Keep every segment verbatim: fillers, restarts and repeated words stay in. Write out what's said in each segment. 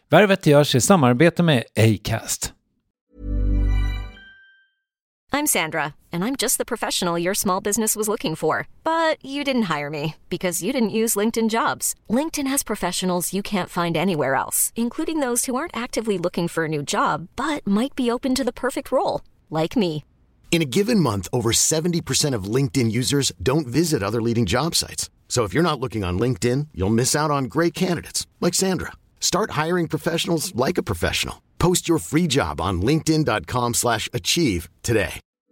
Värvet görs i samarbete med Acast. I'm Sandra, and I'm just the professional your small business was looking for. But you didn't hire me because you didn't use LinkedIn Jobs. LinkedIn has professionals you can't find anywhere else, including those who aren't actively looking for a new job, but might be open to the perfect role, like me. In a given month, over seventy percent of LinkedIn users don't visit other leading job sites. So if you're not looking on LinkedIn, you'll miss out on great candidates like Sandra. Start hiring professionals like a professional. Post your free job on linkedin.com slash achieve today.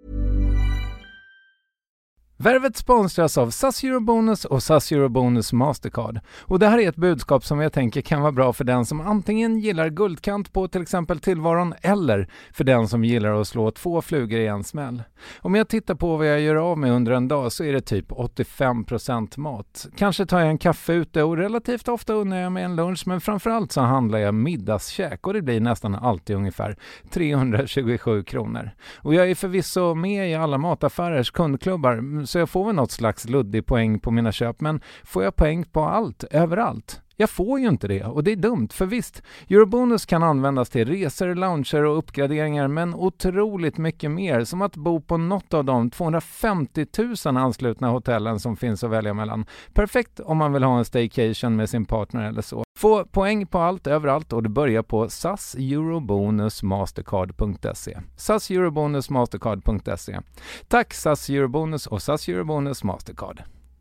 Värvet sponsras av S A S Eurobonus och S A S Eurobonus Mastercard. Och det här är ett budskap som jag tänker kan vara bra för den som antingen gillar guldkant på till exempel tillvaron eller för den som gillar att slå två flugor i en smäll. Om jag tittar på vad jag gör av med under en dag så är det typ åttiofem procent mat. Kanske tar jag en kaffe ute och relativt ofta unnar jag mig en lunch, men framförallt så handlar jag middagskäk och det blir nästan alltid ungefär trehundratjugosju kronor. Och jag är förvisso med i alla mataffärers kundklubbar så jag får väl något slags luddig poäng på mina köp, men får jag poäng på allt, överallt? Jag får ju inte det och det är dumt, för visst, Eurobonus kan användas till resor, lounger och uppgraderingar, men otroligt mycket mer, som att bo på något av de tvåhundrafemtio tusen anslutna hotellen som finns att välja mellan. Perfekt om man vill ha en staycation med sin partner eller så. Få poäng på allt, överallt, och det börjar på S A S Eurobonus Mastercard punkt se. S A S Eurobonus Mastercard punkt se. Tack S A S Eurobonus och S A S Eurobonus Mastercard.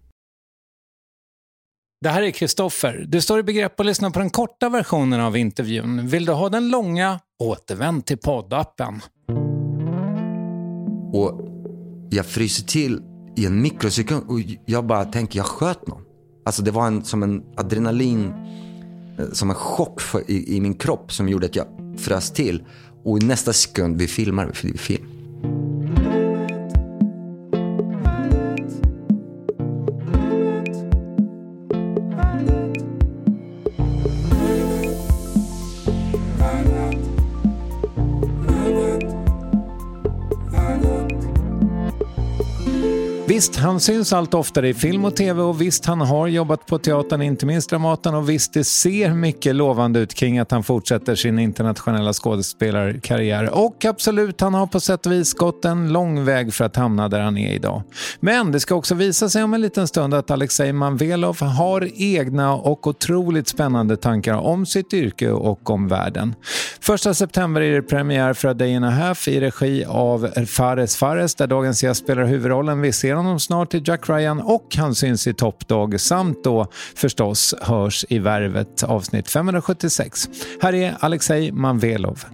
Det här är Kristoffer. Du står i begrepp att lyssna på den korta versionen av intervjun. Vill du ha den långa? Återvänd till poddappen. Och jag fryser till i en mikrosekund och jag bara tänker, jag sköt någon. Alltså det var en, som en adrenalin, som en chock för, i, i min kropp som gjorde att jag frös till. Och i nästa sekund vi filmar, vi film. Visst, han syns allt oftare i film och tv, och visst, han har jobbat på teatern, inte minst Dramaten, och visst, det ser mycket lovande ut kring att han fortsätter sin internationella skådespelarkarriär. Och absolut, han har på sätt och vis gått en lång väg för att hamna där han är idag. Men det ska också visa sig om en liten stund att Alexej Manvelov har egna och otroligt spännande tankar om sitt yrke och om världen. Första september är det premiär för A Day and a Half i regi av Fares Fares, där dagens gäst spelar huvudrollen. Vi ser honom snart i Jack Ryan och han syns i Top Dog, samt då förstås hörs i Värvet avsnitt femhundrasjuttiosex. Här är Alexej Manvelov.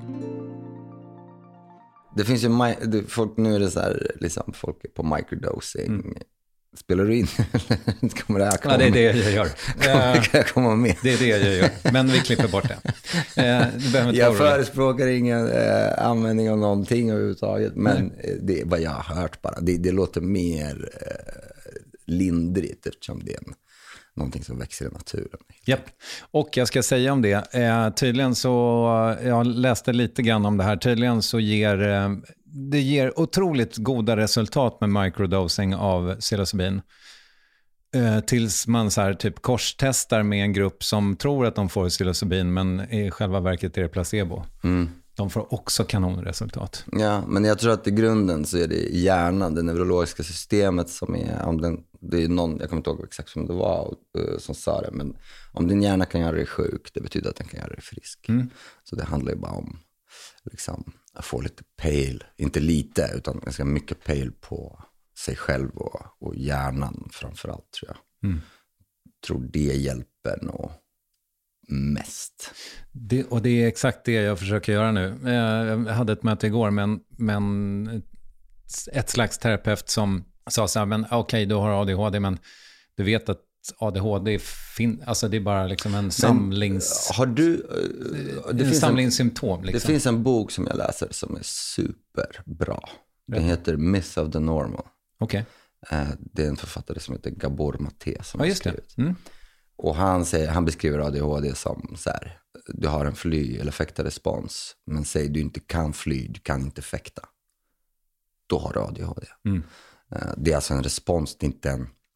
Det finns ju folk, nu är det så här, liksom folk på microdosing. Mm. Spelar du in? Kommer det här komma ja, det är det jag gör. Kommer jag komma med? Det är det jag gör, men vi klipper bort det. Eh, jag förespråkar ingen eh, användning av någonting överhuvudtaget, men Nej. det är vad jag har hört bara. Det, det låter mer eh, lindrigt eftersom det är en, någonting som växer i naturen. Japp. Och jag ska säga om det, eh, tydligen så, jag läste lite grann om det här, tydligen så ger eh, det ger otroligt goda resultat med microdosing av psilocybin. Eh, tills man så här typ korstestar med en grupp som tror att de får psilocybin, men i själva verket är det placebo. Mm. De får också kanonresultat. Ja, men jag tror att i grunden så är det hjärnan, det neurologiska systemet som är, om den, det är någon, jag kommer inte ihåg exakt som det var uh, som sa det, men om din hjärna kan göra dig sjuk, det betyder att den kan göra dig frisk. Mm. Så det handlar ju bara om liksom att få lite pejl, inte lite utan ganska mycket pejl på sig själv och, och hjärnan framförallt, tror jag. Mm. Tror det hjälper nog mest. Det, och det är exakt det jag försöker göra nu. Jag hade ett möte igår med en, med en, ett slags terapeut som sa så här, men okej, okay, du har A D H D, men du vet att A D H D fin- alltså det är bara liksom en samlings... Men, har du... Det en samlingssymptom. Liksom. Det finns en bok som jag läser som är superbra. Den heter Myth of the Normal. Okej. Okay. Det är en författare som heter Gabor Maté som ja, har just skrivit. det. Mm. Och han, säger, han beskriver A D H D som så här, du har en fly eller fäkta respons, men säg du inte kan fly, du kan inte fäkta. Då har du A D H D. Mm. Det är alltså en respons, det är inte en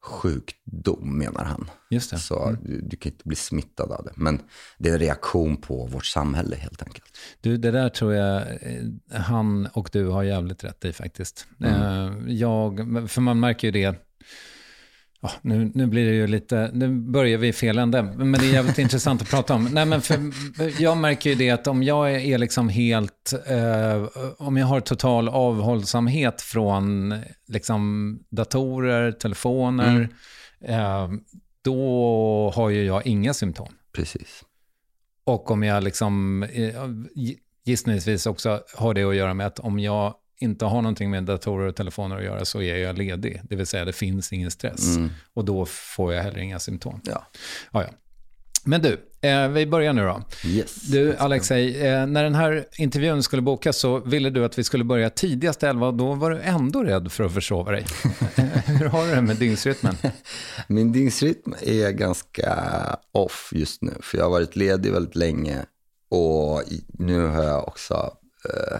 sjukdom, menar han. Just det. Så mm. du, du kan inte bli smittad av det. Men det är en reaktion på vårt samhälle helt enkelt. Du, det där tror jag han och du har jävligt rätt i faktiskt. Mm. Jag, för man märker ju det. Ja, nu, nu blir det ju lite, nu börjar vi i fel ände, men det är jävligt intressant att prata om. Nej, men för jag märker ju det att om jag är liksom helt, eh, om jag har total avhållsamhet från liksom datorer, telefoner, mm. eh, då har ju jag inga symptom. Precis. Och om jag liksom, eh, gissningsvis också har det att göra med att om jag inte har någonting med datorer och telefoner att göra så är jag ledig. Det vill säga det finns ingen stress. Mm. Och då får jag heller inga symptom. Ja. Ja, ja. Men du, eh, vi börjar nu då. Yes. Du, Alexej, eh, när den här intervjun skulle bokas så ville du att vi skulle börja tidigast elva och då var du ändå rädd för att försova dig. Hur har du det med dygnsrytmen? Min dygnsrytm är ganska off just nu. För jag har varit ledig väldigt länge och nu har jag också... Eh,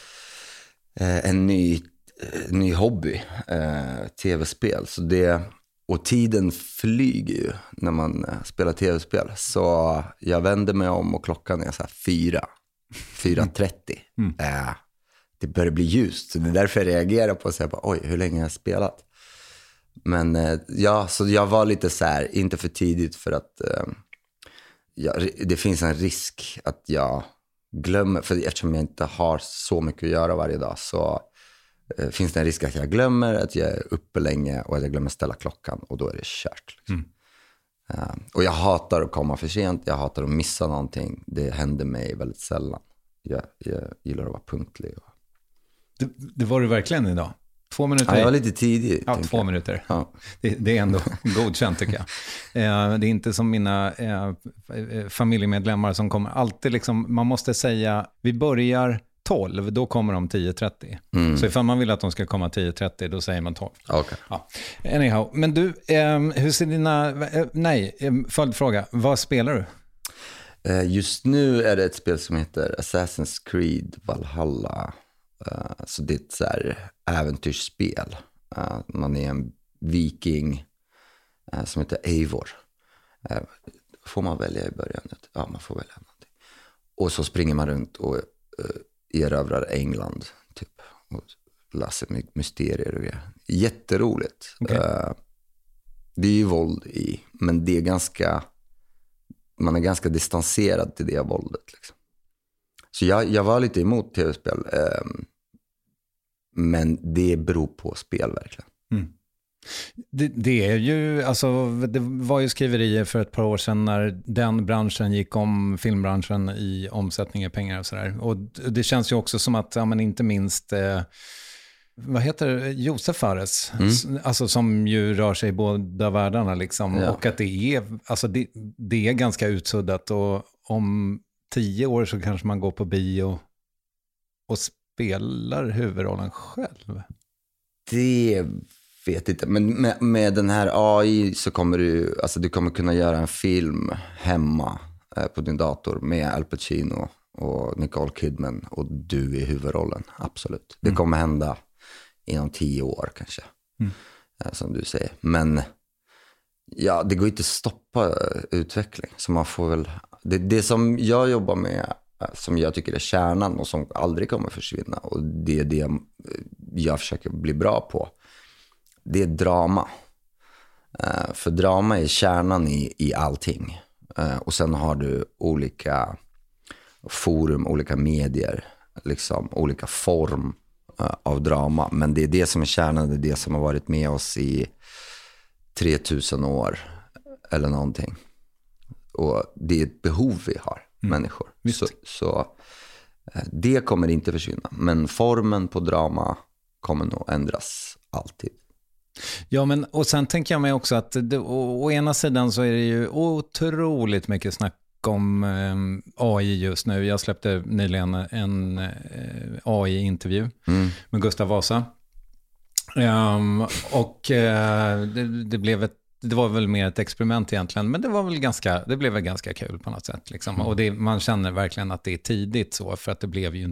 en ny, ny hobby, eh, tv-spel. Så det, och tiden flyger ju när man eh, spelar tv-spel. Så jag vänder mig om och klockan är så här fyra, fyra trettio. Mm. Eh, det börjar bli ljust. Så det är därför jag reagerar på att säga, oj, hur länge har jag spelat? Men eh, ja, så jag var lite så här, inte för tidigt för att eh, jag, det finns en risk att jag glömmer, för eftersom jag inte har så mycket att göra varje dag så eh, finns det en risk att jag glömmer, att jag är uppe länge och att jag glömmer ställa klockan och då är det kört. Liksom. Mm. Uh, och jag hatar att komma för sent, jag hatar att missa någonting. Det händer mig väldigt sällan. Jag, jag gillar att vara punktlig. Och... Det, det var du verkligen idag? Två minuter? Ja, jag var lite tidig. Ja, två jag. minuter. Ja. Det, det är ändå godkänt tycker jag. Eh, det är inte som mina eh, familjemedlemmar som kommer alltid liksom, man måste säga, vi börjar tolv, då kommer de tio trettio. Mm. Så ifall man vill att de ska komma tio trettio, då säger man tolv. Okay. Ja. Anyhow, men du, eh, hur ser dina, eh, nej, eh, följdfråga, vad spelar du? Eh, just nu är det ett spel som heter Assassin's Creed Valhalla. Uh, så det är ett så här äventyrsspel. Uh, man är en viking uh, som heter Eivor. Uh, får man välja i början? Ja, man får välja någonting. Och så springer man runt och uh, erövrar England typ. Och läser mysterier och grejer. Jätteroligt. Okay. Uh, det är ju våld i, men det är ganska, man är ganska distanserad till det våldet liksom. Så jag, jag var lite emot tv-spel. Eh, men det beror på spel verkligen. Mm. Det, det är ju, alltså, det var ju skriverier för ett par år sedan när den branschen gick om filmbranschen i omsättning av pengar och sådär. Och det känns ju också som att, ja, men inte minst... Eh, vad heter det? Josef Fares, mm. alltså som ju rör sig i båda världarna liksom. Ja. Och att det är, alltså det, det är ganska utsuddat och om tio år så kanske man går på bio och spelar huvudrollen själv. Det vet inte, men med, med den här A I så kommer du, alltså du kommer kunna göra en film hemma eh, på din dator med Al Pacino och Nicole Kidman och du i huvudrollen, absolut. Det kommer hända inom tio år kanske, mm. eh, som du säger. Men ja, det går inte att stoppa utveckling, så man får väl... Det, det som jag jobbar med, som jag tycker är kärnan och som aldrig kommer försvinna, och det är det jag försöker bli bra på, det är drama. Uh, för drama är kärnan i, i allting. Uh, och sen har du olika forum, olika medier, liksom olika form uh, av drama. Men det är det som är kärnan, det är det som har varit med oss i tre tusen år eller någonting. Och det är ett behov vi har, mm. människor. Så, så det kommer inte försvinna. Men formen på drama kommer nog ändras alltid. Ja, men och sen tänker jag mig också att det, å, å ena sidan så är det ju otroligt mycket snack om eh, A I just nu. Jag släppte nyligen en eh, A I-intervju mm. med Gustav Vasa. Um, och eh, det, det blev ett det var väl mer ett experiment egentligen, men det var väl ganska, det blev väl ganska kul på något sätt liksom. Mm. Och det, man känner verkligen att det är tidigt så, för att det blev ju,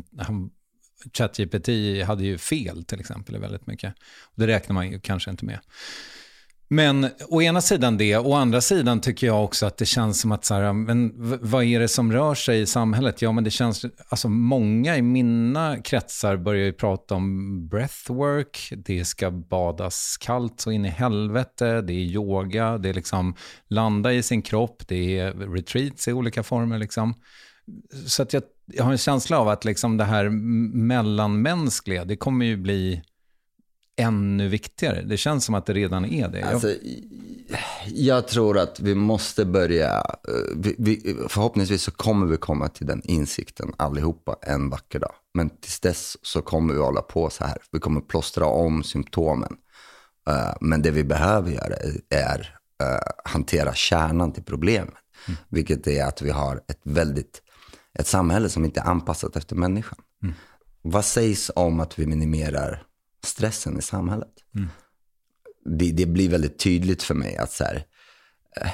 ChatGPT hade ju fel till exempel väldigt mycket. Och det räknar man ju kanske inte med. Men å ena sidan det, å andra sidan tycker jag också att det känns som att så här, men v- vad är det som rör sig i samhället? Ja, men det känns, alltså många i mina kretsar börjar ju prata om breathwork, det ska badas kallt så in i helvete, det är yoga, det är liksom landa i sin kropp, det är retreats i olika former liksom. Så att jag, jag har en känsla av att liksom det här mellanmänskliga, det kommer ju bli ännu viktigare. Det känns som att det redan är det. Alltså, jag tror att vi måste börja, vi, vi, förhoppningsvis så kommer vi komma till den insikten allihopa en vacker dag. Men tills dess så kommer vi hålla på så här. Vi kommer plåstra om symptomen. Uh, men det vi behöver göra är uh, hantera kärnan till problemet. Mm. Vilket är att vi har ett väldigt, ett samhälle som inte är anpassat efter människan. Mm. Vad sägs om att vi minimerar stressen i samhället? Mm. Det, det blir väldigt tydligt för mig att så här, eh,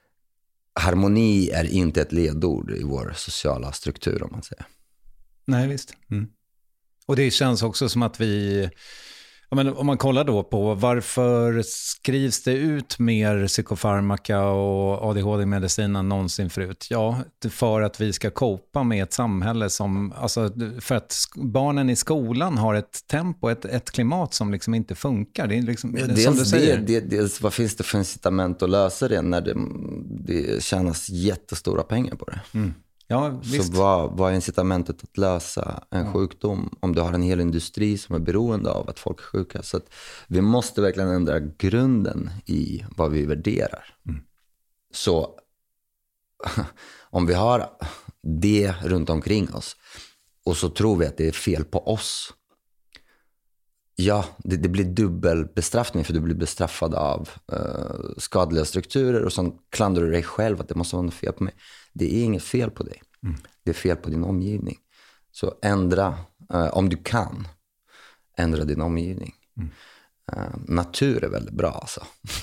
harmoni är inte ett ledord i vår sociala struktur, om man säger. Nej, visst. Mm. Och det känns också som att vi, ja, men om man kollar då på varför skrivs det ut mer psykofarmaka och A D H D-medicin än någonsin förut? Ja, för att vi ska copa med ett samhälle som, alltså för att barnen i skolan har ett tempo, ett, ett klimat som liksom inte funkar. Det är liksom, ja, det, dels, som du säger. Det, det, dels vad finns det för incitament att lösa det när det, det tjänas jättestora pengar på det? Mm. Ja, visst. Så vad, vad är incitamentet att lösa en ja. sjukdom om du har en hel industri som är beroende av att folk är sjuka? Så att vi måste verkligen ändra grunden i vad vi värderar. Mm. Så om vi har det runt omkring oss och så tror vi att det är fel på oss. Ja, det, det blir dubbelbestraffning, för du blir bestraffad av uh, skadliga strukturer och så klandrar du dig själv att det måste vara något fel på mig. Det är inget fel på dig. Mm. Det är fel på din omgivning. Så ändra, uh, om du kan, ändra din omgivning. Mm. Uh, natur är väldigt bra alltså.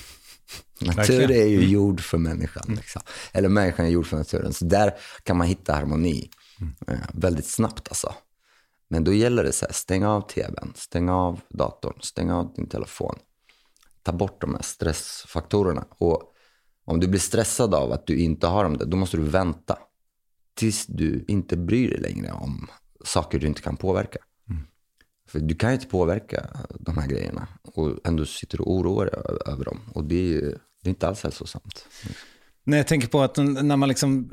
Natur är ju gjord för människan. Mm. Liksom. Eller människan är gjord för naturen. Så där kan man hitta harmoni mm. uh, väldigt snabbt alltså. Men då gäller det så här, stäng av tvn, stäng av datorn, stäng av din telefon. Ta bort de här stressfaktorerna. Och om du blir stressad av att du inte har dem där, då måste du vänta tills du inte bryr dig längre om saker du inte kan påverka. Mm. För du kan ju inte påverka de här grejerna och ändå sitter du och oroar dig över dem. Och det är ju det är inte alls hälsosamt. Mm. Nej, jag tänker på att när man liksom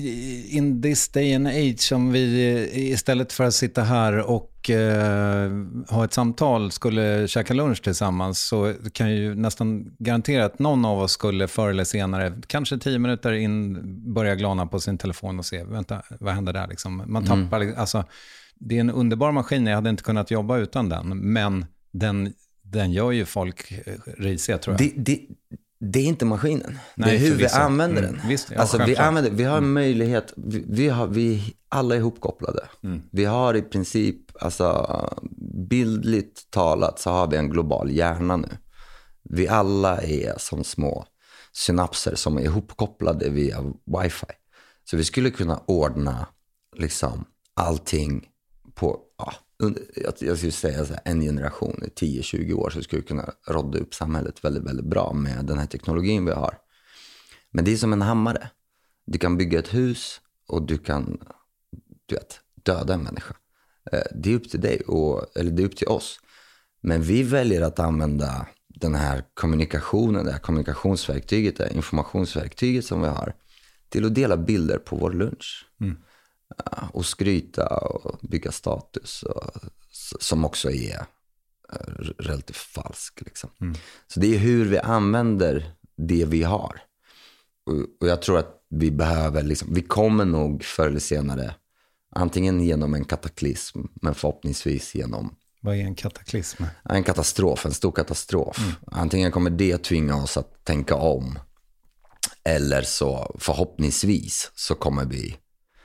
in this day and age, som vi istället för att sitta här och eh, ha ett samtal skulle käka lunch tillsammans, så kan jag ju nästan garantera att någon av oss skulle förr eller senare, kanske tio minuter in, börja glana på sin telefon och se, vänta, vad händer där liksom? Man tappar, mm. alltså det är en underbar maskin, jag hade inte kunnat jobba utan den, men den, den gör ju folk risiga, tror jag. Det, det... Det är inte maskinen. Nej, det är hur vi använder mm. den. Visst, ja, alltså, vi, använder, vi har en möjlighet. Vi, vi, har, vi alla är ihopkopplade. Mm. Vi har i princip, alltså, bildligt talat så har vi en global hjärna nu. Vi alla är som små synapser som är ihopkopplade via wifi. Så vi skulle kunna ordna liksom allting på, ja, under, jag, jag skulle säga så här, en generation, i tio till tjugo år, så skulle vi kunna rodda upp samhället väldigt, väldigt bra med den här teknologin vi har. Men det är som en hammare. Du kan bygga ett hus och du kan, du vet, döda en människa. Det är upp till dig, och, eller det är upp till oss. Men vi väljer att använda den här kommunikationen, det här kommunikationsverktyget, det här informationsverktyget som vi har, till att dela bilder på vår lunch. Mm. Och skryta och bygga status, och, som också är relativt falsk liksom. Mm. Så det är hur vi använder det vi har. Och, och jag tror att vi behöver liksom, vi kommer nog förr eller senare, antingen genom en kataklysm, men förhoppningsvis genom, vad är en kataklysm? En katastrof, en stor katastrof. Mm. Antingen kommer det tvinga oss att tänka om, eller så förhoppningsvis så kommer vi,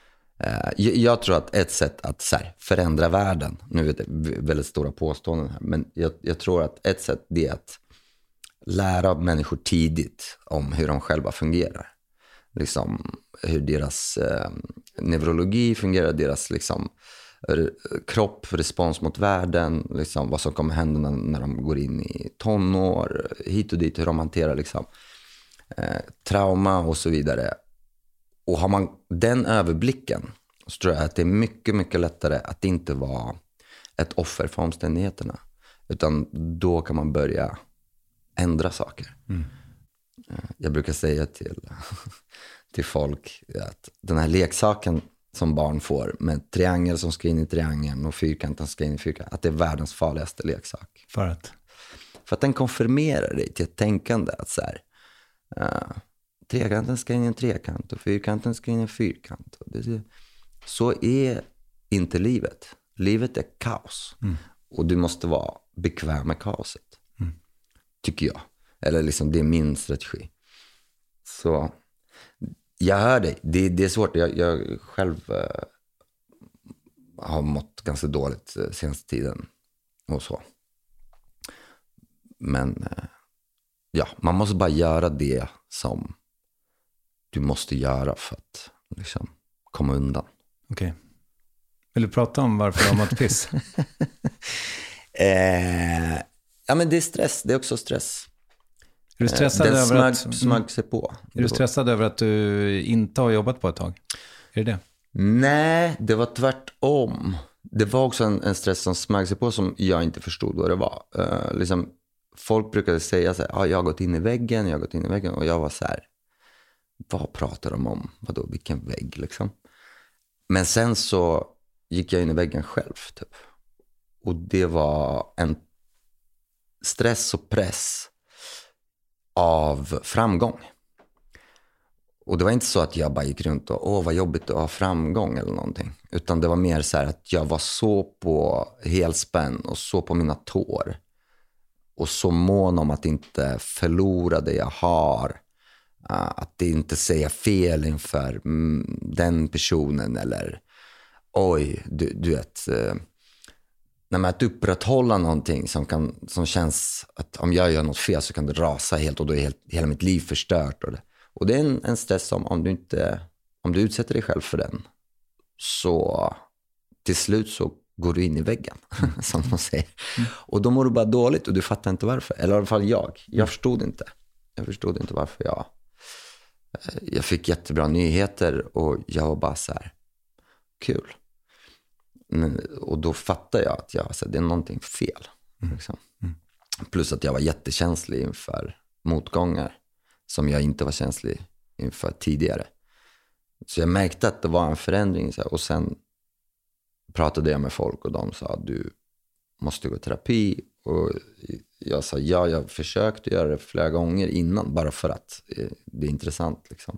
jag tror att ett sätt att så här, förändra världen, nu vet jag väldigt stora påståenden här, men jag, jag tror att ett sätt det är att lära människor tidigt om hur de själva fungerar. Liksom hur deras eh, neurologi fungerar, deras liksom, kropp, respons mot världen, liksom, vad som kommer hända när, när de går in i tonår, hit och dit, hur de hanterar liksom, eh, trauma och så vidare. Och har man den överblicken så tror jag att det är mycket, mycket lättare att inte vara ett offer för omständigheterna. Utan då kan man börja ändra saker. Mm. Jag brukar säga till, till folk att den här leksaken som barn får med triangel som ska in i triangeln och fyrkanten ska in i fyrkanten, att det är världens farligaste leksak. För att? För att den konfirmerar dig till ett tänkande att så här, uh, trekanten ska in i en trekant och fyrkanten ska in i en fyrkant. Och det, så är inte livet. Livet är kaos. Mm. Och du måste vara bekväm med kaoset. Mm. Tycker jag. Eller liksom det är min strategi. Så jag hör dig. Det, det är svårt. Jag, jag själv uh, har mått ganska dåligt uh, senaste tiden. Och så. Men uh, ja, man måste bara göra det som du måste göra för att liksom komma undan. Okej. Okay. Vill du prata om varför du har mått piss? eh, ja, men det är stress. Det är också stress. Är du stressad Den över smög, att... smög sig på. Är du stressad över att du inte har jobbat på ett tag? Är det det? Nej, det var tvärtom. Det var också en, en stress som smög sig på som jag inte förstod vad det var. Uh, liksom, folk brukade säga så här, ah, jag har gått in i väggen, jag har gått in i väggen. Och jag var så här, vad pratar de om? Vadå, vilken vägg liksom? Men sen så gick jag in i väggen själv typ. Och det var en stress och press av framgång. Och det var inte så att jag bara gick runt och åh vad jobbigt att ha framgång eller någonting. Utan det var mer så här att jag var så på helspänn och så på mina tår. Och så mån om att inte förlora det jag har. Att inte säga fel inför den personen eller oj, du, du vet. Nej, men att upprätthålla någonting som, kan, som känns att om jag gör något fel så kan det rasa helt och då är helt, hela mitt liv förstört. Och det, och det är en, en stress som om du inte om du utsätter dig själv för den så till slut så går du in i väggen som man säger. Mm. Och då mår du bara dåligt och du fattar inte varför. Eller i alla fall jag. Jag förstod inte. Jag förstod inte varför jag jag fick jättebra nyheter och jag var bara så här kul. Och då fattade jag att jag, så här, det är någonting fel. Mm. Liksom. Mm. Plus att jag var jättekänslig inför motgångar som jag inte var känslig inför tidigare. Så jag märkte att det var en förändring. Så här, och sen pratade jag med folk och de sa du måste gå i terapi. Och jag sa ja, jag försökte göra det flera gånger innan bara för att det är intressant. Liksom.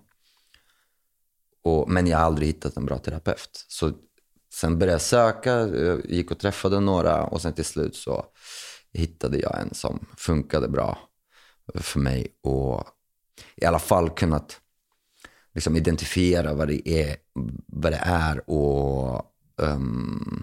Och, men jag har aldrig hittat en bra terapeut. Så sen började jag söka, jag gick och träffade några och sen till slut så hittade jag en som funkade bra för mig och i alla fall kunnat liksom identifiera vad det är, vad det är och um,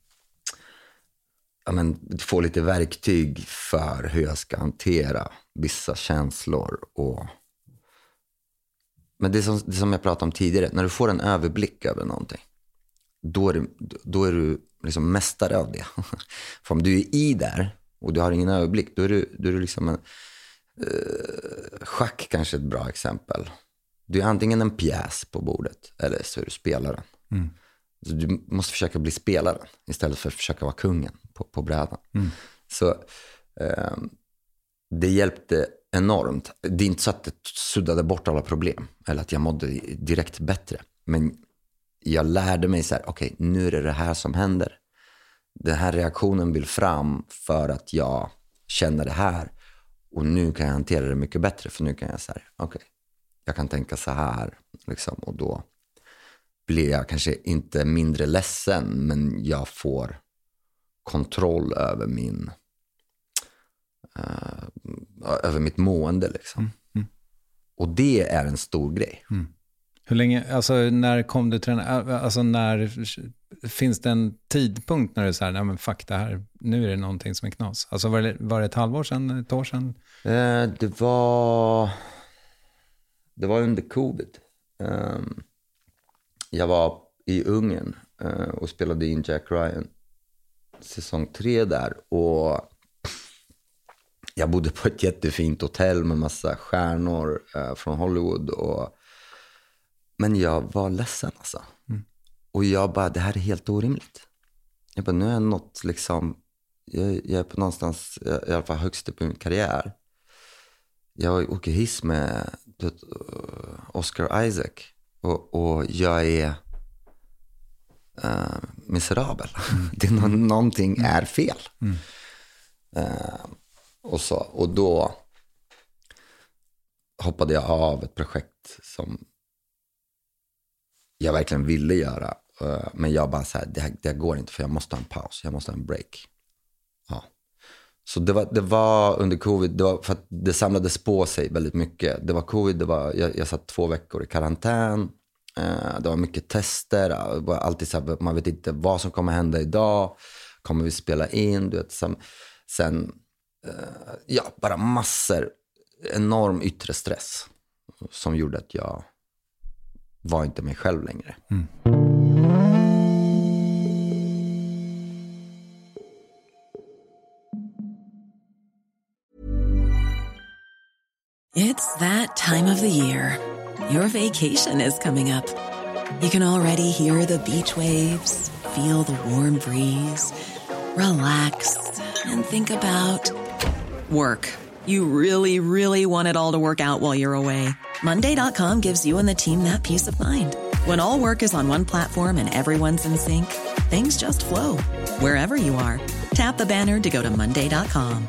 ja, men, få lite verktyg för hur jag ska hantera vissa känslor. Och men det som, det som jag pratade om tidigare, när du får en överblick över någonting då är, det, då är du liksom mästare av det. För om du är i där och du har ingen överblick, då är du, då är du liksom en uh, schack kanske ett bra exempel. Du är antingen en pjäs på bordet eller så är du spelaren. Mm. Så du måste försöka bli spelaren istället för att försöka vara kungen på, på brädan. Mm. Så uh, det hjälpte enormt. Det är inte så att det suddade bort alla problem eller att jag mådde direkt bättre. Men jag lärde mig så här, okej, okay, nu är det det här som händer. Den här reaktionen vill fram för att jag känner det här. Och nu kan jag hantera det mycket bättre. För nu kan jag säga, okej, okay, jag kan tänka så här. Liksom, och då blir jag kanske inte mindre ledsen. Men jag får kontroll över min uh, över mitt mående. Liksom. Mm. Mm. Och det är en stor grej. Mm. Hur länge, alltså när kom du till den, alltså när, finns det en tidpunkt när du säger, nej men fuck det här, nu är det någonting som är knas? Alltså var det, var det ett halvår sedan, ett år sedan? Eh, det var, det var under covid. Eh, jag var i Ungern uh, och spelade in Jack Ryan säsong tre där. Och jag bodde på ett jättefint hotell med massa stjärnor uh, från Hollywood. Och... Men jag var ledsen alltså. Mm. Och jag bara, det här är helt orimligt. Jag bara, nu är jag något liksom... Jag, jag är på någonstans, i alla fall högst upp i min karriär. Jag åker hiss med vet, Oscar Isaac. Och, och jag är uh, miserabel. Mm. Det är no- någonting mm. är fel. Mm. Uh, och, så, och då hoppade jag av ett projekt som jag verkligen ville göra. Uh, men jag bara så här, det, det går inte för jag måste ha en paus. Jag måste ha en break. Ja. Så det var, det var under covid, det var för att det samlades på sig väldigt mycket. Det var covid, det var, jag, jag satt två veckor i karantän. Uh, det var mycket tester. Det var alltid så här, man vet inte vad som kommer hända idag. Kommer vi spela in? Du vet, sen, sen uh, ja, bara massor. Enorm yttre stress som gjorde att jag var inte mig själv längre. Mm. It's that time of the year. Your vacation is coming up. You can already hear the beach waves, feel the warm breeze, relax, and think about work. You really, really want it all to work out while you're away. Monday dot com gives you and the team that peace of mind. When all work is on one platform and everyone's in sync, things just flow. Wherever you are, tap the banner to go to Monday dot com.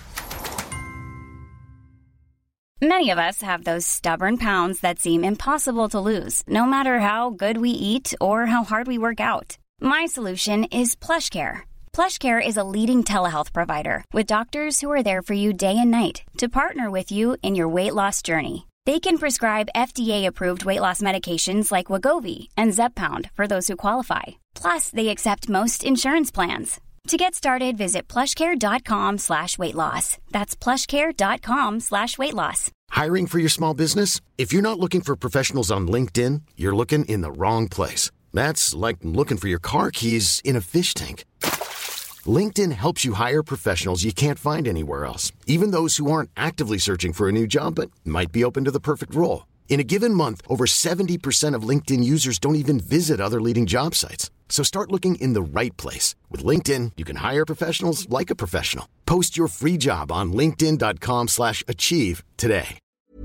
Many of us have those stubborn pounds that seem impossible to lose, no matter how good we eat or how hard we work out. My solution is PlushCare. PlushCare is a leading telehealth provider with doctors who are there for you day and night to partner with you in your weight loss journey. They can prescribe F D A-approved weight loss medications like Wegovy and Zepbound for those who qualify. Plus, they accept most insurance plans. To get started, visit plushcare.com slash weight loss. That's plushcare.com slash weight loss. Hiring for your small business? If you're not looking for professionals on LinkedIn, you're looking in the wrong place. That's like looking for your car keys in a fish tank. LinkedIn helps you hire professionals you can't find anywhere else, even those who aren't actively searching for a new job but might be open to the perfect role. In a given month, over seventy percent of LinkedIn users don't even visit other leading job sites. So start looking in the right place. With LinkedIn, you can hire professionals like a professional. Post your free job on linkedin.com slash achieve today.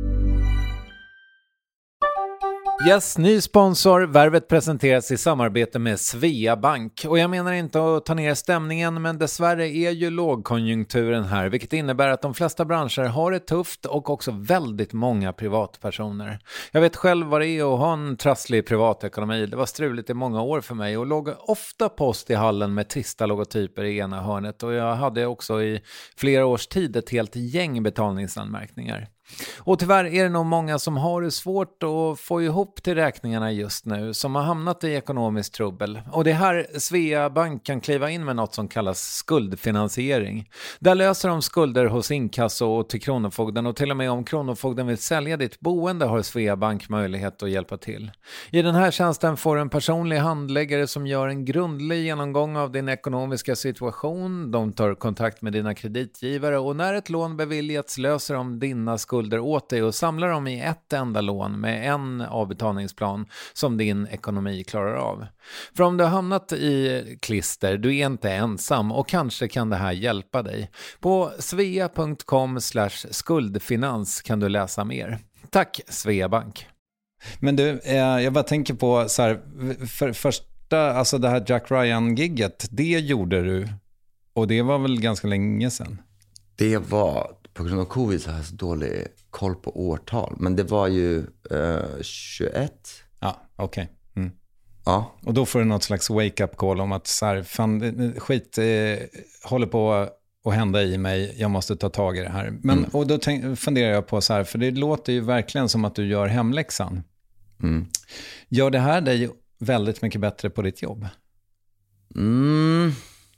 Yes, ny sponsor. Värvet presenteras i samarbete med Svea Bank. Och jag menar inte att ta ner stämningen, men dessvärre är ju lågkonjunkturen här, vilket innebär att de flesta branscher har det tufft och också väldigt många privatpersoner. Jag vet själv vad det är att ha en trasslig privatekonomi. Det var struligt i många år för mig och låg ofta post i hallen med trista logotyper i ena hörnet. Och jag hade också i flera års tid ett helt gäng betalningsanmärkningar. Och tyvärr är det nog många som har det svårt att få ihop till räkningarna just nu, som har hamnat i ekonomisk trubbel. Och det här Svea Bank kan kliva in med något som kallas skuldfinansiering. Där löser de skulder hos inkasso och till Kronofogden, och till och med om Kronofogden vill sälja ditt boende har Svea Bank möjlighet att hjälpa till. I den här tjänsten får en personlig handläggare som gör en grundlig genomgång av din ekonomiska situation. De tar kontakt med dina kreditgivare och när ett lån beviljats löser de dina skulder åt dig och samlar dem i ett enda lån med en avbetalningsplan som din ekonomi klarar av. För om du har hamnat i klister, du är inte ensam och kanske kan det här hjälpa dig. På svea punkt com slash skuldfinans kan du läsa mer. Tack Svea Bank. Men du, eh, jag bara tänker på så här, för första, alltså det här Jack Ryan-gigget, det gjorde du och det var väl ganska länge sedan? Det var... På grund av covid så har jag så dålig koll på årtal. Men det var ju uh, tjugoett. Ja, okej. Okay. Mm. Ja. Och då får du något slags wake-up call om att så här, fan, skit eh, håller på att hända i mig. Jag måste ta tag i det här. Men, mm. Och då tänk, funderar jag på så här, för det låter ju verkligen som att du gör hemläxan. Mm. Gör det här dig väldigt mycket bättre på ditt jobb? Mm.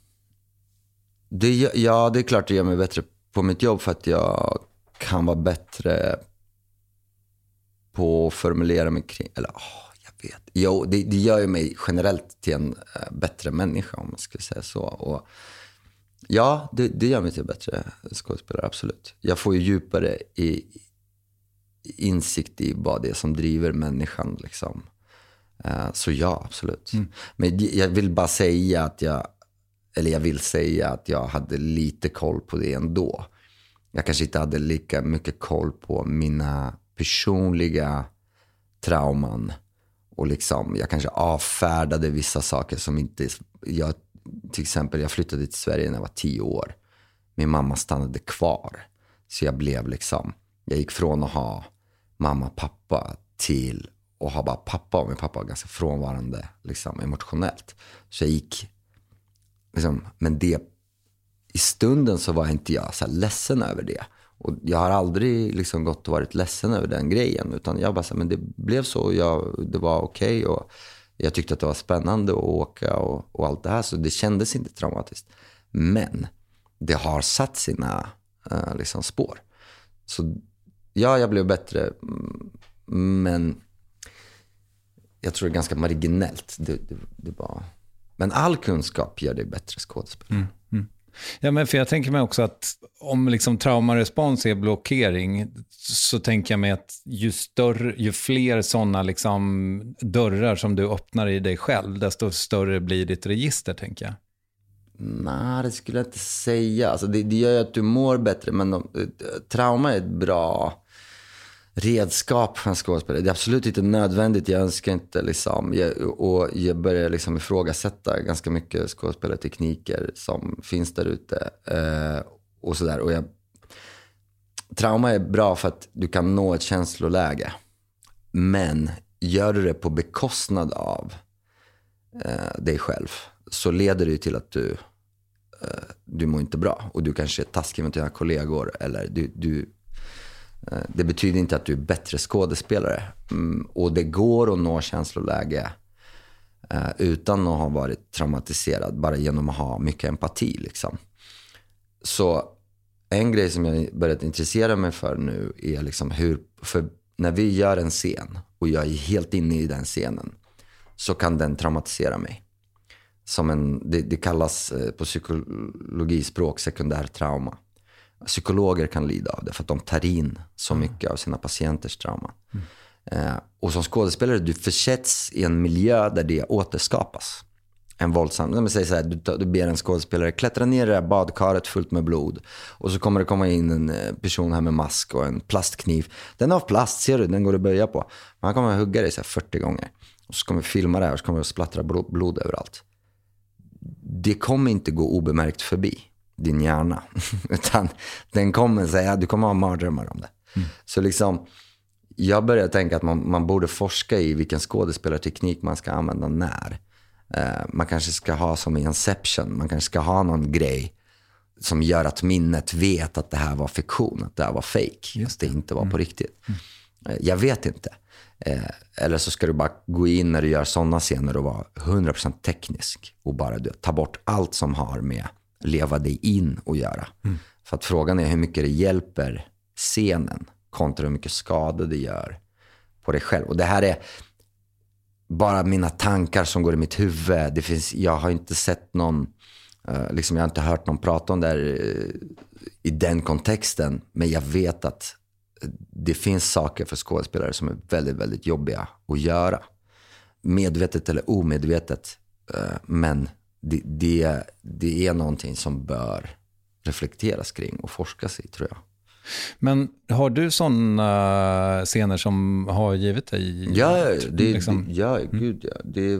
Det, ja, det är klart det gör mig bättre på mitt jobb för att jag kan vara bättre på att formulera mig kring, eller åh, jag vet. Jo, det, det gör ju mig generellt till en äh, bättre människa, om man ska säga så. Och ja, det, det gör mig till en bättre skådespelare, absolut. Jag får ju djupare i, insikt i vad det är som driver människan, liksom. Uh, så ja, absolut. Mm. Men jag vill bara säga att jag, eller jag vill säga att jag hade lite koll på det ändå. Jag kanske inte hade lika mycket koll på mina personliga trauman. Och liksom, jag kanske avfärdade vissa saker som inte... Jag, till exempel, jag flyttade till Sverige när jag var tio år. Min mamma stannade kvar. Så jag blev liksom... Jag gick från att ha mamma och pappa till att ha bara pappa. Och min pappa var ganska frånvarande liksom, emotionellt. Så jag gick... Liksom, men det... I stunden så var inte jag så här ledsen över det. Och jag har aldrig liksom gått och varit ledsen över den grejen. Utan jag bara så här, men det blev så. Jag, det var okej okay och jag tyckte att det var spännande att åka och, och allt det här. Så det kändes inte traumatiskt. Men det har satt sina uh, liksom spår. Så ja, jag blev bättre. Men jag tror det är ganska marginellt. Det, det, det var... Men all kunskap gör det bättre skådespelare. Mm, mm. Ja, men för jag tänker mig också att om liksom traumarespons är blockering, så tänker jag mig att ju större, ju fler sådana liksom dörrar som du öppnar i dig själv, desto större blir ditt register, tänker jag. Nej, det skulle jag inte säga. Alltså det, det gör ju att du mår bättre, men de, trauma är ett bra redskap för en skådespelare. Det är absolut inte nödvändigt. Jag önskar inte liksom, jag, och jag börjar liksom ifrågasätta ganska mycket skådespelartekniker som finns där ute eh, och sådär. Och jag, trauma är bra för att du kan nå ett känsloläge, men gör du det på bekostnad av eh, dig själv, så leder det ju till att du eh, du mår inte bra och du kanske är taskig mot dina kollegor, eller du, du det betyder inte att du är bättre skådespelare. Mm, och det går att nå känsloläge eh, utan att ha varit traumatiserad, bara genom att ha mycket empati liksom. Så en grej som jag börjat intressera mig för nu är liksom hur, för när vi gör en scen och jag är helt inne i den scenen, så kan den traumatisera mig. Som en, det, det kallas eh, på psykologispråk sekundär trauma. Psykologer kan lida av det för att de tar in så mycket av sina patienters trauma. Mm. Eh, och som skådespelare, du försätts i en miljö där det återskapas. En våldsam, när man säger så här, du, du ber en skådespelare klättra ner i det här badkaret fullt med blod. Och så kommer det komma in en person här med mask och en plastkniv. Den är av plast, ser du, den går att böja på. Man kommer att hugga dig så här fyrtio gånger. Och så kommer vi filma det här och så kommer det att splattra blod, blod överallt. Det kommer inte gå obemärkt förbi din hjärna, utan den kommer säga, du kommer ha mardrömmar om det. Mm. Så liksom, jag börjar tänka att man, man borde forska i vilken skådespelarteknik man ska använda när. Uh, man kanske ska ha som i Inception, man kanske ska ha någon grej som gör att minnet vet att det här var fiktion, att det här var fake, att det inte var mm. på riktigt. Mm. Uh, jag vet inte. Uh, eller så ska du bara gå in när du gör sådana scener och vara hundra procent teknisk och bara du, ta bort allt som har med leva dig in och göra. Mm. För att frågan är hur mycket det hjälper scenen kontra hur mycket skada det gör på dig själv. Och det här är bara mina tankar som går i mitt huvud. Det finns, jag har inte sett någon, uh, liksom jag har inte hört någon prata om det här, uh, i den kontexten. Men jag vet att det finns saker för skådespelare som är väldigt, väldigt jobbiga att göra. Medvetet eller omedvetet. Uh, men Det, det, det är någonting som bör reflekteras kring och forskas i, tror jag. Men har du sådana scener som har givit dig? Ja, det, liksom? det, ja gud ja. Det,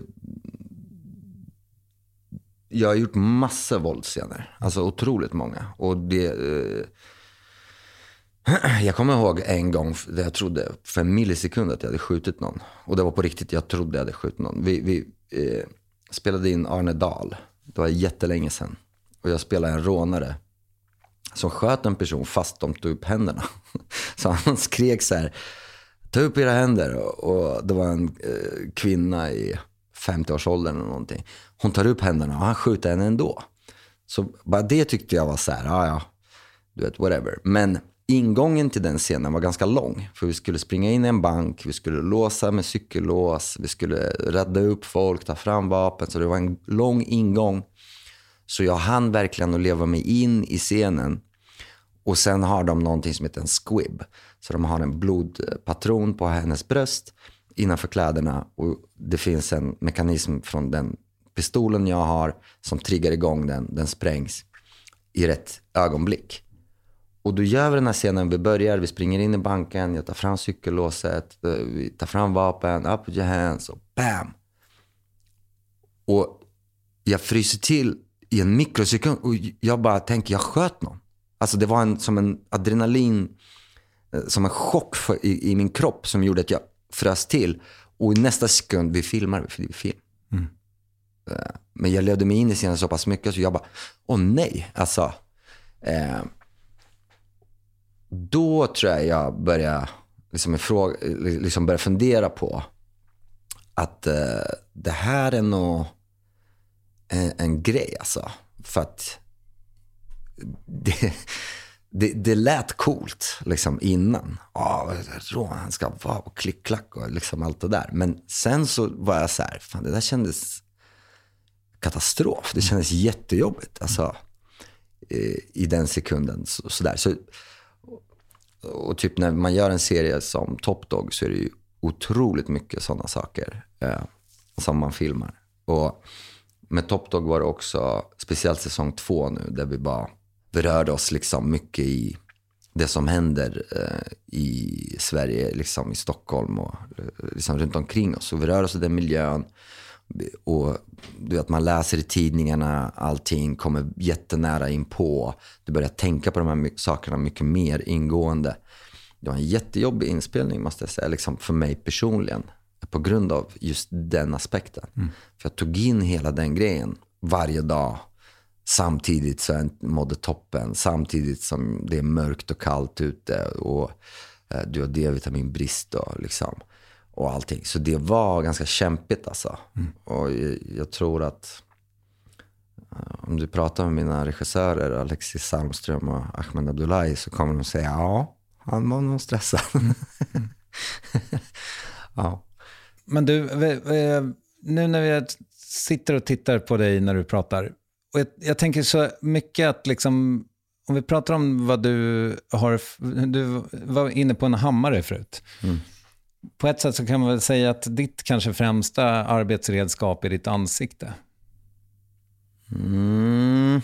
jag har gjort massa våldsscener. Alltså otroligt många. Och det... Eh, jag kommer ihåg en gång där jag trodde för en millisekund att jag hade skjutit någon. Och det var på riktigt, jag trodde jag hade skjutit någon. Vi... vi eh, spelade in Arne Dahl. Det var jättelänge sedan. Och jag spelade en rånare som sköt en person fast de tog upp händerna. Så han skrek så här: ta upp era händer. Och det var en eh, kvinna i femtio-årsåldern eller någonting. Hon tar upp händerna och han skjuter henne ändå. Så bara det tyckte jag var så här, ja ja, du vet, whatever. Men ingången till den scenen var ganska lång. För vi skulle springa in i en bank, vi skulle låsa med cykellås, vi skulle rädda upp folk, ta fram vapen. Så det var en lång ingång. Så jag hann verkligen att leva mig in i scenen. Och sen har de någonting som heter en squib. Så de har en blodpatron på hennes bröst innanför kläderna. Och det finns en mekanism från den pistolen jag har som triggar igång den. Den sprängs i rätt ögonblick. Och då gör vi den här scenen, vi börjar, vi springer in i banken, jag tar fram cykellåset, vi tar fram vapen, up with your hands och bam! Och jag fryser till i en mikrosekund och jag bara tänker, jag sköt någon. Alltså det var en, som en adrenalin, som en chock för, i, i min kropp som gjorde att jag frös till. Och i nästa sekund, vi filmar, vi film. Mm. Men jag levde mig in i scenen så pass mycket så jag bara, åh nej, alltså... Eh, då tror jag jag börjar liksom, ifråga, liksom börja fundera på att eh, det här är nog en, en grej alltså. För att det, det, det lät coolt liksom innan. Ja, oh, han ska vara och klick-klack och liksom allt det där. Men sen så var jag så här, fan det där kändes katastrof. Det kändes jättejobbigt alltså i den sekunden så, så där. Så och typ när man gör en serie som Top Dog så är det ju otroligt mycket sådana saker eh, som man filmar. Och med Top Dog var det också speciellt säsong två nu där vi bara berörde oss liksom mycket i det som händer eh, i Sverige, liksom i Stockholm och eh, liksom runt omkring oss. Och vi rör oss i den miljön och du vet, man läser i tidningarna, allting kommer jättenära in på. Du börjar tänka på de här my- sakerna mycket mer ingående. Det var en jättejobbig inspelning måste jag säga, liksom för mig personligen, på grund av just den aspekten. Mm. För jag tog in hela den grejen varje dag, samtidigt så jag mådde toppen, samtidigt som det är mörkt och kallt ute och eh, du har D-vitaminbrist och liksom och allting. Så det var ganska kämpigt alltså. Mm. Och jag, jag tror att uh, om du pratar med mina regissörer Alexis Salmström och Ahmed Abdullahi så kommer de säga ja, han var nog stressad. Mm. Mm. Ja. Men du, nu när vi sitter och tittar på dig när du pratar och jag, jag tänker så mycket att liksom om vi pratar om vad du har, du var inne på en hammare förut. Mm. På ett sätt så kan man väl säga att ditt kanske främsta arbetsredskap är ditt ansikte. Mm.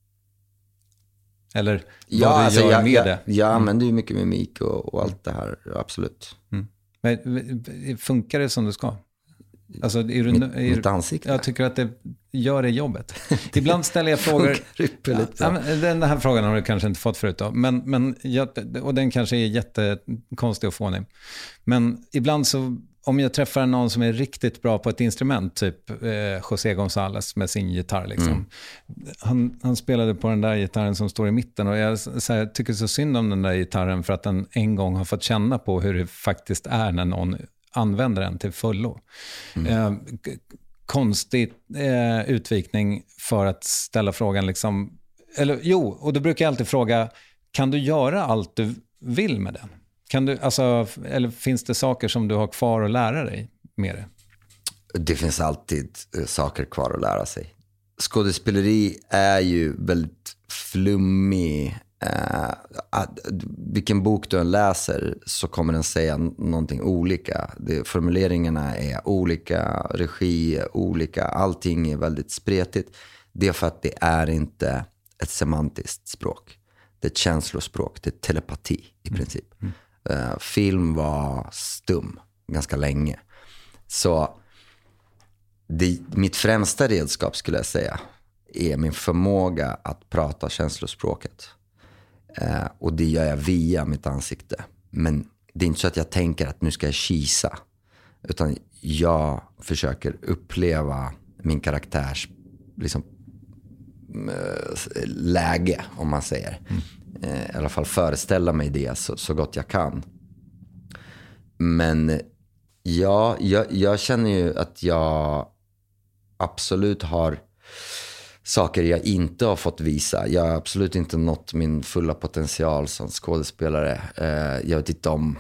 Eller vad ja, du alltså, gör jag, med jag, det. Jag använder ju mycket mimik och, och allt det här, absolut. Mm. Men funkar det som du ska? Alltså, är du, mitt, är, mitt ansikte? Jag tycker att det gör det jobbet. Ibland ställer jag frågor. Ja, den här frågan har du kanske inte fått förut då. Men, men jag, och den kanske är jättekonstig att få nu. Men ibland så, om jag träffar någon som är riktigt bra på ett instrument, typ eh, José González med sin gitarr liksom. Mm. Han, han spelade på den där gitarren som står i mitten och jag så här, tycker så synd om den där gitarren för att den en gång har fått känna på hur det faktiskt är när någon använder den till fullo. Mm. Eh, konstig eh, utvikning för att ställa frågan liksom, eller jo, och då brukar jag alltid fråga, kan du göra allt du vill med den? Kan du, alltså, eller finns det saker som du har kvar att lära dig med det? Det finns alltid uh, saker kvar att lära sig. Skådespeleri är ju väldigt flummig. Uh, att, vilken bok du än läser så kommer den säga någonting olika. Det, formuleringarna är olika, regi är olika, allting är väldigt spretigt. Det är för att det är inte ett semantiskt språk. Det är ett känslospråk, det är telepati i princip. Mm. Mm. Uh, film var stum ganska länge. Så det, mitt främsta redskap skulle jag säga är min förmåga att prata känslospråket. Uh, och det gör jag via mitt ansikte. Men det är inte så att jag tänker att nu ska jag kisa. Utan jag försöker uppleva min karaktärs liksom, uh, läge, om man säger. Mm. Uh, I alla fall föreställa mig det så, så gott jag kan. Men ja, jag, jag känner ju att jag absolut har saker jag inte har fått visa. Jag har absolut inte nått min fulla potential som skådespelare. Eh, jag vet inte om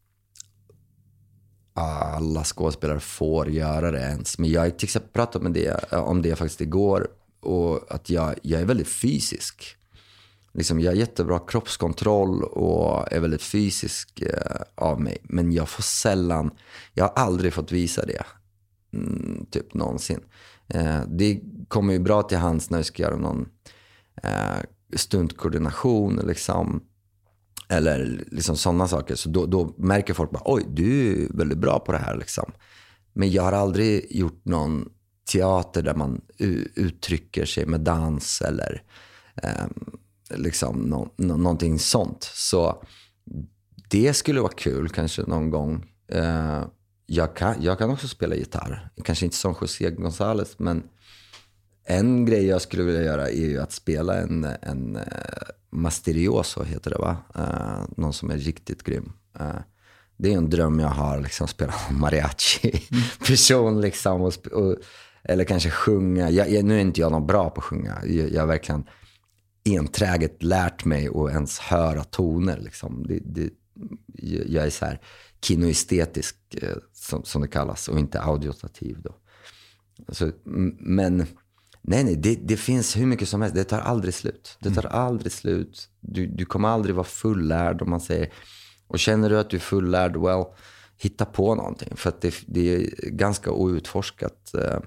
alla skådespelare får göra det ens. Men jag till exempel pratade med det, om det faktiskt igår. Och att jag, jag är väldigt fysisk. Liksom, jag har jättebra kroppskontroll och är väldigt fysisk eh, av mig. Men jag får sällan, jag har aldrig fått visa det. Mm, typ någonsin. Eh, det kommer ju bra till hands när vi ska göra någon eh, stundkoordination liksom. Eller liksom sådana saker. Så då, då märker folk bara, oj, du är väldigt bra på det här liksom. Men jag har aldrig gjort någon teater där man u- uttrycker sig med dans eller eh, liksom no- no- någonting sånt. Så det skulle vara kul kanske någon gång. Eh, jag, kan, jag kan också spela gitarr. Kanske inte som José González, men en grej jag skulle vilja göra är ju att spela en, en uh, Masterioso heter det va? Uh, någon som är riktigt grym. Uh, det är en dröm jag har, liksom spela mariachi-person mm. liksom. Och, och, eller kanske sjunga. Jag, jag, nu är inte jag någon bra på att sjunga. Jag, jag har verkligen enträget lärt mig att ens höra toner liksom. Det, det, jag är så här kinoestetisk uh, som, som det kallas och inte audiotativ då. Så, men nej, nej, det, det finns hur mycket som helst. Det tar aldrig slut. Det tar aldrig slut. Du, du kommer aldrig vara fullärd om man säger. Och känner du att du är fullärd, well, hitta på någonting. För att det, det är ganska outforskat uh,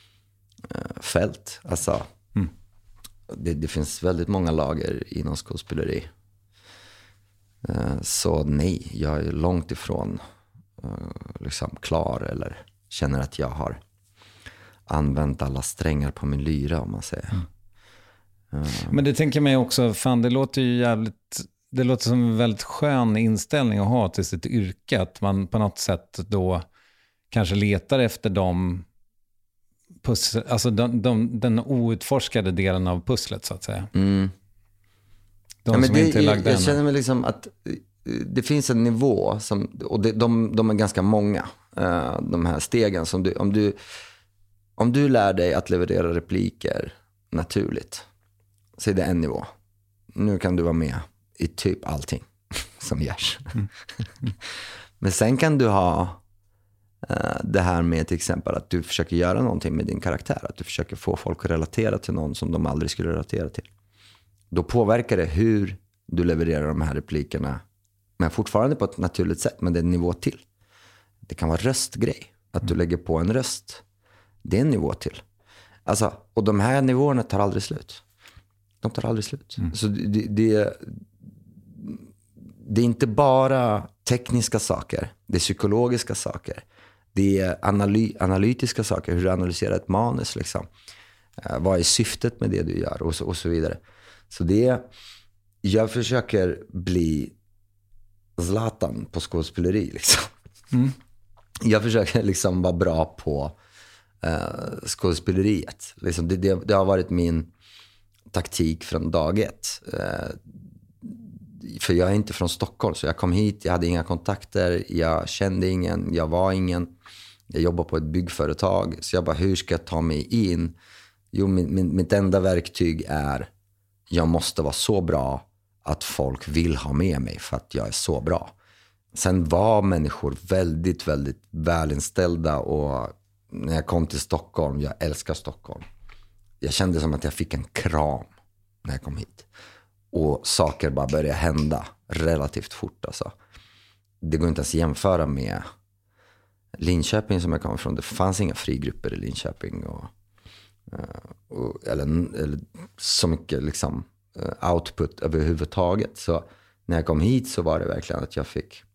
fält. Alltså, mm. det, det finns väldigt många lager inom skådespeleri. Uh, så nej, jag är långt ifrån uh, liksom klar eller känner att jag har använt alla strängar på min lyra om man säger. Mm. Uh. Men det tänker jag mig också, fan det låter ju jävligt, det låter som en väldigt skön inställning att ha till sitt yrke, att man på något sätt då kanske letar efter dem pussel, alltså de, de, den outforskade delen av pusslet så att säga. Mm. De ja, men som det, inte är lagda jag ännu. känner mig liksom att det finns en nivå som, och det, de, de är ganska många uh, de här stegen som du, om du Om du lär dig att leverera repliker naturligt, så är det en nivå. Nu kan du vara med i typ allting som görs. Mm. Men sen kan du ha uh, det här med till exempel att du försöker göra någonting med din karaktär. Att du försöker få folk att relatera till någon som de aldrig skulle relatera till. Då påverkar det hur du levererar de här replikerna. Men fortfarande på ett naturligt sätt, men det är en nivå till. Det kan vara röstgrej. Att du lägger på en röst. Det är en nivå till. Alltså, och de här nivåerna tar aldrig slut. De tar aldrig slut. Mm. Så det, det, det är inte bara tekniska saker. Det är psykologiska saker. Det är analy, analytiska saker. Hur du analyserar ett manus. Liksom. Uh, vad är syftet med det du gör? Och så, och så vidare. Så det är, jag försöker bli Zlatan på skådespeleri. Liksom. Mm. Jag försöker liksom vara bra på Uh, skådespeleriet. Liksom det, det, det har varit min taktik från dag ett. Uh, för jag är inte från Stockholm, så jag kom hit, jag hade inga kontakter, jag kände ingen, jag var ingen. Jag jobbar på ett byggföretag, så jag bara, hur ska jag ta mig in? Jo, min, min, mitt enda verktyg är, jag måste vara så bra att folk vill ha med mig för att jag är så bra. Sen var människor väldigt, väldigt välinställda, och när jag kom till Stockholm, jag älskar Stockholm. Jag kände som att jag fick en kram när jag kom hit. Och saker bara började hända relativt fort. Alltså. Det går inte ens att jämföra med Linköping som jag kommer från. Det fanns inga frigrupper i Linköping. Och, och, eller, eller så mycket liksom, output överhuvudtaget. Så när jag kom hit så var det verkligen att jag fick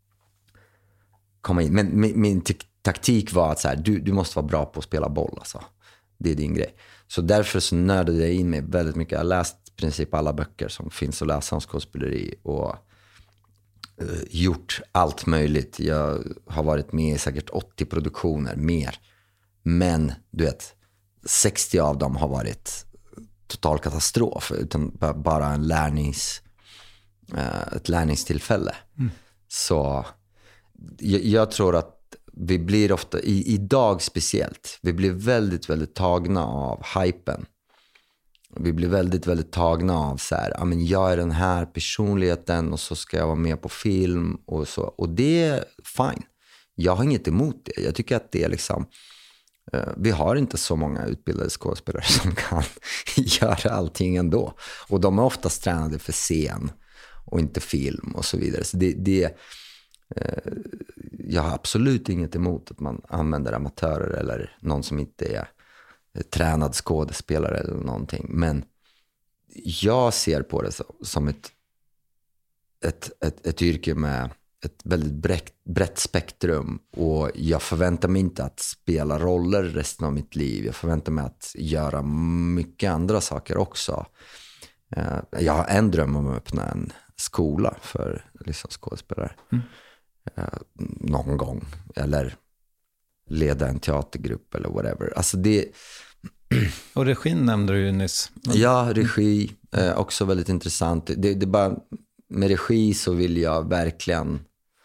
komma in. Men min, min taktik var att så här, du, du måste vara bra på att spela boll. Alltså. Det är din grej. Så därför så nördade jag in mig väldigt mycket. Jag har läst i princip alla böcker som finns att läsa om skådespeleri. Och uh, gjort allt möjligt. Jag har varit med i säkert åttio produktioner, mer. Men du vet, sextio av dem har varit total katastrof. Utan bara en lärnings, uh, ett lärningstillfälle. Mm. Så jag, jag tror att vi blir ofta, i, idag speciellt, vi blir väldigt, väldigt tagna av hypen Vi blir väldigt, väldigt tagna av så här, ja men jag är den här personligheten och så ska jag vara med på film och så. Och det är fine. Jag har inget emot det. Jag tycker att det är liksom, uh, vi har inte så många utbildade skådespelare som kan göra allting ändå. Och de är oftast tränade för scen och inte film och så vidare. Så det, det uh, jag har absolut inget emot att man använder amatörer eller någon som inte är tränad skådespelare eller någonting. Men jag ser på det som ett, ett, ett, ett yrke med ett väldigt brett, brett spektrum. Och jag förväntar mig inte att spela roller resten av mitt liv. Jag förväntar mig att göra mycket andra saker också. Jag har en dröm om att öppna en skola för liksom skådespelare. Mm. Någon gång. Eller leda en teatergrupp eller whatever. Alltså det... Och regin nämnde du ju nyss. Men... Ja, regi. Eh, också väldigt intressant. Det, det bara, med regi så vill jag verkligen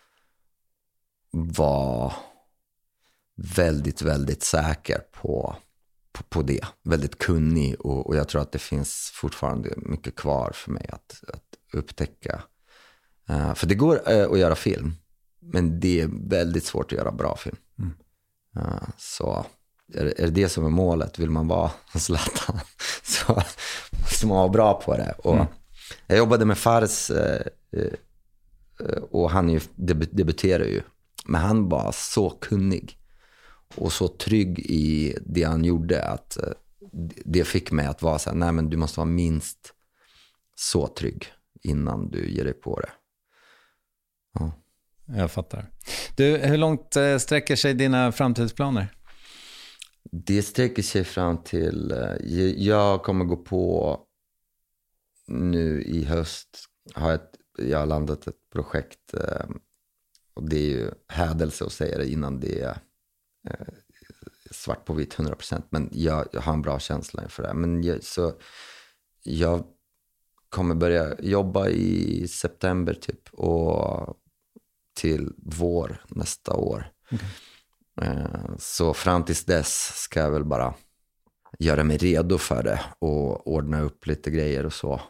vara väldigt, väldigt säker på, på, på det. Väldigt kunnig. Och, och jag tror att det finns fortfarande mycket kvar för mig att, att upptäcka. Eh, för det går eh, att göra film. Men det är väldigt svårt att göra bra film. Mm. Uh, så är det, är det det som är målet? Vill man vara Zlatan så måste man vara bra på det. Och mm. Jag jobbade med Fares uh, uh, och han ju, debut, debuterade ju. Men han var så kunnig och så trygg i det han gjorde att uh, det fick mig att vara så här, nej men du måste vara minst så trygg innan du ger dig på det. Ja. Jag fattar. Du, hur långt eh, sträcker sig dina framtidsplaner? Det sträcker sig fram till... Eh, jag kommer gå på nu i höst. Har ett, jag har landat ett projekt. Eh, och det är ju hädelse att säga det innan det är eh, svart på vitt hundra procent. Men jag, jag har en bra känsla för det. Men jag, så jag kommer börja jobba i september typ. Och... till vår nästa år. Okay. Så fram tills dess ska jag väl bara göra mig redo för det och ordna upp lite grejer och så.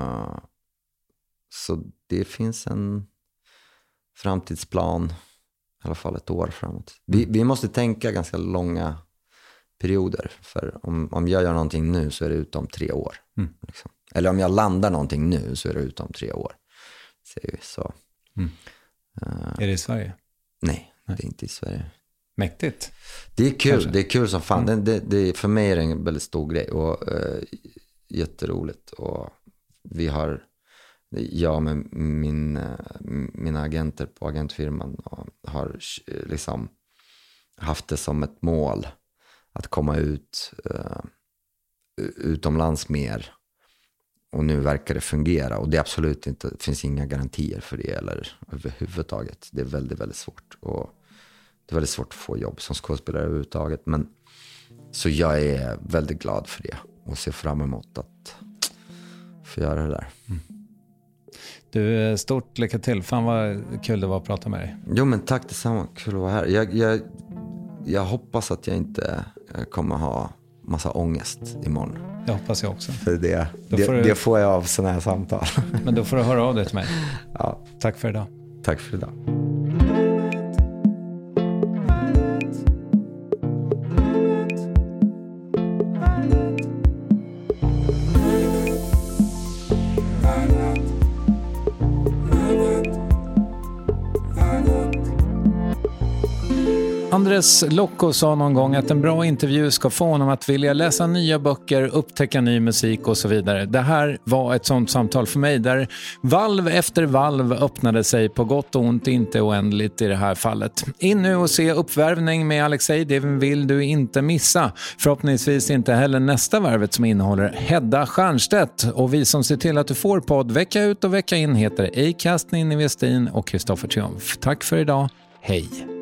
Så det finns en framtidsplan, i alla fall ett år framåt. Vi, vi måste tänka ganska långa perioder, för om, om jag gör någonting nu så är det utom tre år. Mm. Liksom. Eller om jag landar någonting nu så är det utom tre år. Säger vi så. Mm. Uh, är det i Sverige? Nej, nej, det är inte i Sverige. Mäktigt. Det är kul, kanske. Det är kul som fan. Mm. Det, det, för mig är det en väldigt stor grej och uh, jätteroligt. Och vi har, jag med min, uh, mina agenter på agentfirman och har liksom haft det som ett mål att komma ut uh, utomlands mer. Och nu verkar det fungera. Och det är absolut inte, det finns inga garantier för det eller överhuvudtaget. Det är väldigt, väldigt svårt. Och det är väldigt svårt att få jobb som skådespelare överhuvudtaget. Men, så jag är väldigt glad för det. Och ser fram emot att få göra det där. Mm. Du, stort lycka till. Fan vad kul det var att prata med dig. Jo men tack detsamma. Kul att vara här. Jag, jag, jag hoppas att jag inte kommer ha massa ångest imorgon. Det hoppas jag också. För det, det, får, du... det får jag av såna här samtal. Men då får du höra av dig till mig. Ja. Tack för idag. Tack för idag. Andres Locco sa någon gång att en bra intervju ska få honom att vilja läsa nya böcker, upptäcka ny musik och så vidare. Det här var ett sånt samtal för mig där valv efter valv öppnade sig på gott och ont, inte oändligt i det här fallet. In nu och se Uppvärvning med Alexei, det vill du inte missa. Förhoppningsvis inte heller nästa varvet som innehåller Hedda Stiernstedt. Och vi som ser till att du får podd vecka ut och vecka in heter Acast, Ninni Westin och Kristoffer Triumf. Tack för idag, hej!